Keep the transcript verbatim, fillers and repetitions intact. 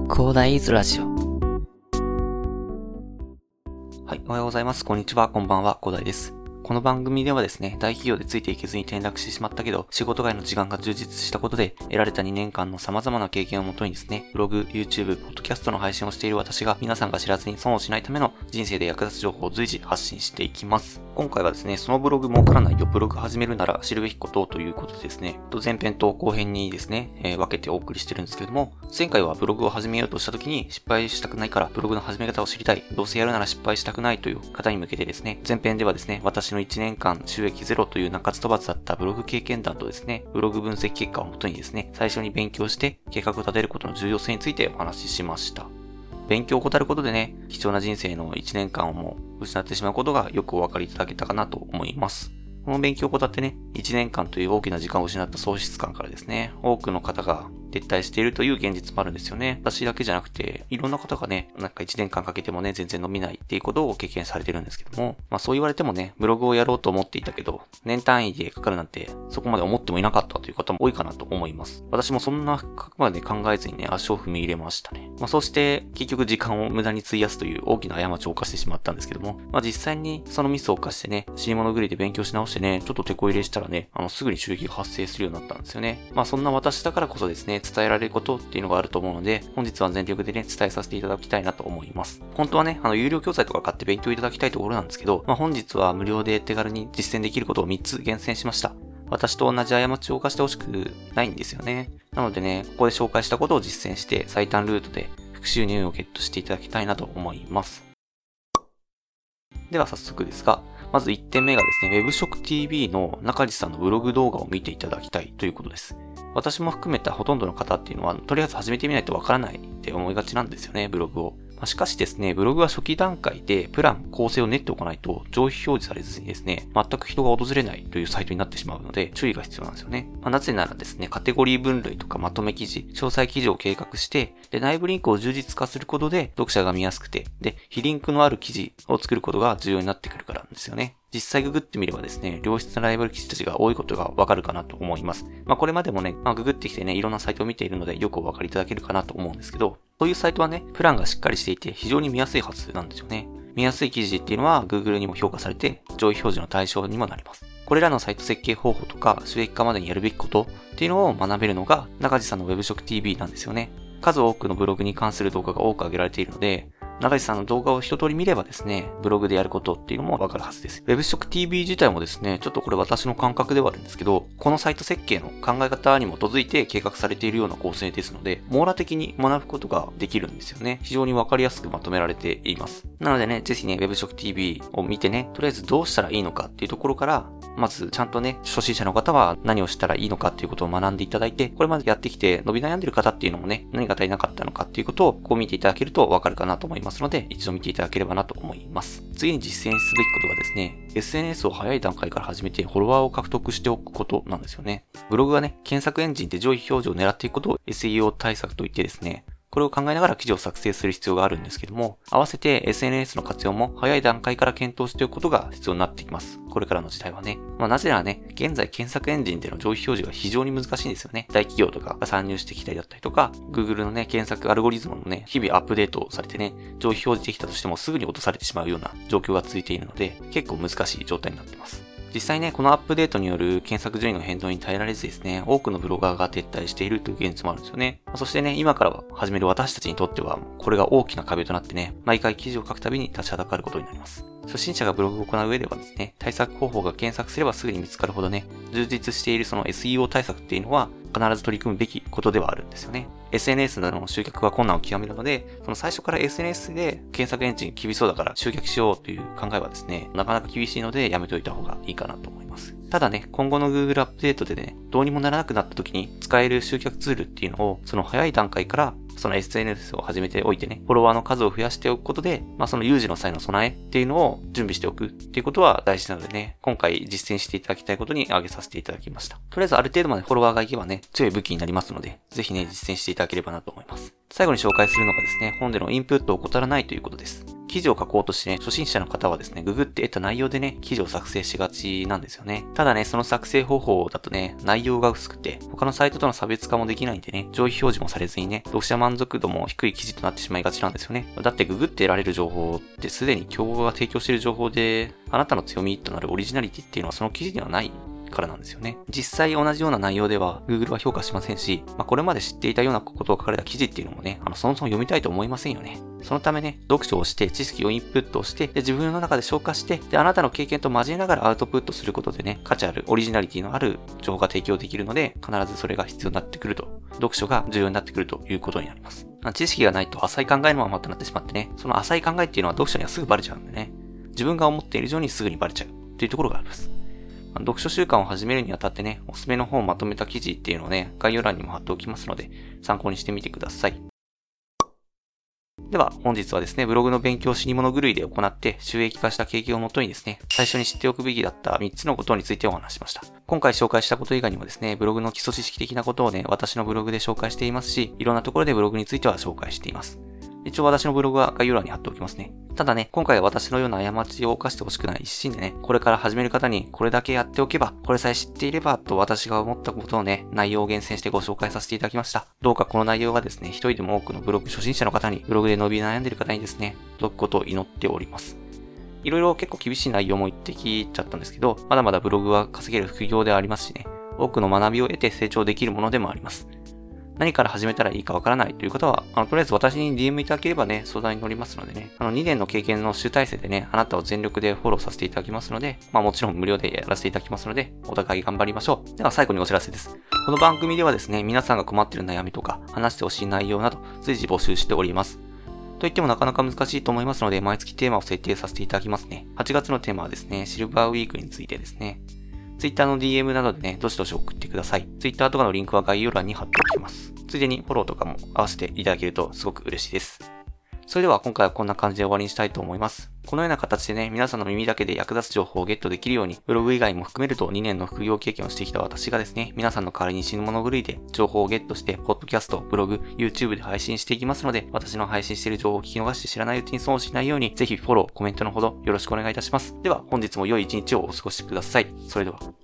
広大イズラジオ。 はい、おはようございます。こんにちは、こんばんは、広大です。この番組ではですね、大企業でついていけずに転落してしまったけど、仕事外の時間が充実したことで、得られたにねんかんの様々な経験をもとにですね、ブログ、YouTube、ポッドキャストの配信をしている私が、皆さんが知らずに損をしないための人生で役立つ情報を随時発信していきます。今回はですね、そのブログ儲からないよ、ブログ始めるなら知るべきことということでですね、前編と後編にですね、えー、分けてお送りしてるんですけれども、前回はブログを始めようとした時に失敗したくないからブログの始め方を知りたい、どうせやるなら失敗したくないという方に向けてですね、前編ではですね、私のいちねんかん収益ゼロという中津飛ばずだったブログ経験談とですね、ブログ分析結果をもとにですね、最初に勉強して計画を立てることの重要性についてお話ししました。勉強を怠ることでね、貴重な人生のいちねんかんをも失ってしまうことがよくお分かりいただけたかなと思います。この勉強を怠ってね、いちねんかんという大きな時間を失った喪失感からですね、多くの方が撤退しているという現実もあるんですよね。私だけじゃなくて、いろんな方がね、なんかいちねんかんかけてもね、全然伸びないっていうことを経験されてるんですけども、まあそう言われてもね、ブログをやろうと思っていたけど、年単位でかかるなんて、そこまで思ってもいなかったという方も多いかなと思います。私もそんな深くまで考えずにね、足を踏み入れましたね。まあそうして、結局時間を無駄に費やすという大きな過ちを犯してしまったんですけども、まあ実際にそのミスを犯してね、死に物狂いで勉強し直してね、ちょっと手こ入れしたらね、あの、すぐに収益が発生するようになったんですよね。まあそんな私だからこそですね、伝えられることっていうのがあると思うので、本日は全力でね、伝えさせていただきたいなと思います。本当はね、あの、有料教材とか買って勉強いただきたいところなんですけど、まあ本日は無料で手軽に実践できることをみっつ厳選しました。私と同じ過ちを犯してほしくないんですよね。なのでね、ここで紹介したことを実践して最短ルートで副収入をゲットしていただきたいなと思います。では早速ですが、まずいってんめがですね、WebShockTV の中地さんのブログ動画を見ていただきたいということです。私も含めたほとんどの方っていうのは、とりあえず始めてみないとわからないって思いがちなんですよね、ブログを。まあ、しかしですね、ブログは初期段階でプラン、構成を練っておかないと上位表示されずにですね、全く人が訪れないというサイトになってしまうので、注意が必要なんですよね。まあ、なぜならですね、カテゴリー分類とかまとめ記事、詳細記事を計画して、で、内部リンクを充実化することで、読者が見やすくて、で、非リンクのある記事を作ることが重要になってくるからなんですよね。実際ググってみればですね、良質なライバル記事たちが多いことがわかるかなと思います。まあこれまでもね、まあググってきてね、いろんなサイトを見ているのでよくお分かりいただけるかなと思うんですけど、そういうサイトはね、プランがしっかりしていて非常に見やすいはずなんですよね。見やすい記事っていうのは Google にも評価されて上位表示の対象にもなります。これらのサイト設計方法とか収益化までにやるべきことっていうのを学べるのが中地さんの WebShockTV なんですよね。数多くのブログに関する動画が多く上げられているので、中地さんの動画を一通り見ればですね、ブログでやることっていうのもわかるはずです。WebShockTV 自体もですね、ちょっとこれ私の感覚ではあるんですけど、このサイト設計の考え方に基づいて計画されているような構成ですので、網羅的に学ぶことができるんですよね。非常にわかりやすくまとめられています。なのでね、ぜひね、WebShockTV を見てね、とりあえずどうしたらいいのかっていうところから、まずちゃんとね、初心者の方は何をしたらいいのかっていうことを学んでいただいて、これまでやってきて伸び悩んでる方っていうのもね、何が足りなかったのかっていうことをこう見ていただけるとわかるかなと思いますので、一度見ていただければなと思います。次に実践すべきことがですね、エスエヌエス を早い段階から始めてフォロワーを獲得しておくことなんですよね。ブログはね、検索エンジンで上位表示を狙っていくことを エスイーオー 対策といってですね、これを考えながら記事を作成する必要があるんですけども、合わせて エスエヌエス の活用も早い段階から検討しておくことが必要になってきます。これからの時代はね。まあなぜならね、現在検索エンジンでの上位表示が非常に難しいんですよね。大企業とかが参入してきたりだったりとか、Google のね、検索アルゴリズムもね、日々アップデートされてね、上位表示できたとしてもすぐに落とされてしまうような状況が続いているので、結構難しい状態になっています。実際ね、このアップデートによる検索順位の変動に耐えられずですね、多くのブロガーが撤退しているという現実もあるんですよね。そしてね、今から始める私たちにとっては、これが大きな壁となってね、毎回記事を書くたびに立ちはだかることになります。初心者がブログを行う上ではですね、対策方法が検索すればすぐに見つかるほどね、充実しているその エスイーオー 対策っていうのは必ず取り組むべきことではあるんですよね。エスエヌエス などの集客が困難を極めるので、その最初から エスエヌエス で検索エンジン厳しそうだから集客しようという考えはですね、なかなか厳しいのでやめておいた方がいいかなと思います。ただね、今後の Google アップデートでね、どうにもならなくなった時に使える集客ツールっていうのを、その早い段階からその エスエヌエス を始めておいてね、フォロワーの数を増やしておくことで、まあその有事の際の備えっていうのを準備しておくっていうことは大事なのでね、今回実践していただきたいことに挙げさせていただきました。とりあえずある程度までフォロワーがいけばね、強い武器になりますので、ぜひね、実践していただければなと思います。最後に紹介するのがですね、本でのインプットを怠らないということです。 記事を書こうとしてね、初心者の方はですね、ググって得た内容でね、記事を作成しがちなんですよね。ただね、その作成方法だとね、内容が薄くて、他のサイトとの差別化もできないんでね、上位表示もされずにね、読者満足度も低い記事となってしまいがちなんですよね。だってググって得られる情報ってすでに競合が提供している情報で、あなたの強みとなるオリジナリティっていうのはその記事にはないからなんですよね。実際同じような内容では Google は評価しませんし、まあ、これまで知っていたようなことを書かれた記事っていうのもね、あのそもそも読みたいと思いませんよね。そのためね、読書をして知識をインプットをして、で自分の中で消化して、であなたの経験と交えながらアウトプットすることでね、価値あるオリジナリティのある情報が提供できるので、必ずそれが必要になってくると、読書が重要になってくるということになります。知識がないと浅い考えのままとなってしまってね、その浅い考えっていうのは読者にはすぐバレちゃうんでね、自分が思っている以上にすぐにバレちゃうというところがあります。読書習慣を始めるにあたってね、おすすめの本をまとめた記事っていうのをね、概要欄にも貼っておきますので、参考にしてみてください。では、本日はですね、ブログの勉強を死に物狂いで行って収益化した経験をもとにですね、最初に知っておくべきだったみっつのことについてお話ししました。今回紹介したこと以外にもですね、ブログの基礎知識的なことをね、私のブログで紹介していますし、いろんなところでブログについては紹介しています。一応私のブログは概要欄に貼っておきますね。ただね、今回は私のような過ちを犯してほしくない一心でね、これから始める方にこれだけやっておけば、これさえ知っていればと私が思ったことをね、内容を厳選してご紹介させていただきました。どうかこの内容がですね、一人でも多くのブログ初心者の方に、ブログで伸び悩んでいる方にですね、届くことを祈っております。いろいろ結構厳しい内容も言ってきちゃったんですけど、まだまだブログは稼げる副業ではありますしね、多くの学びを得て成長できるものでもあります。何から始めたらいいかわからないという方は、あの、とりあえず私に ディーエム いただければね、相談に乗りますのでね、あの、にねんの経験の集大成でね、あなたを全力でフォローさせていただきますので、まあもちろん無料でやらせていただきますので、お互い頑張りましょう。では最後にお知らせです。この番組ではですね、皆さんが困っている悩みとか、話してほしい内容など、随時募集しております。といってもなかなか難しいと思いますので、毎月テーマを設定させていただきますね。はちがつのテーマはですね、シルバーウィークについてですね。Twitter の ディーエム などでね、どしどし送ってください。Twitter とかのリンクは概要欄に貼っておきます。ついでにフォローとかも合わせていただけるとすごく嬉しいです。それでは今回はこんな感じで終わりにしたいと思います。このような形でね、皆さんの耳だけで役立つ情報をゲットできるように、ブログ以外も含めるとにねんの副業経験をしてきた私がですね、皆さんの代わりに死ぬ物狂いで情報をゲットして、ポッドキャスト、ブログ、YouTube で配信していきますので、私の配信している情報を聞き逃して知らないうちに損をしないように、ぜひフォロー、コメントのほどよろしくお願いいたします。では本日も良い一日をお過ごしください。それでは。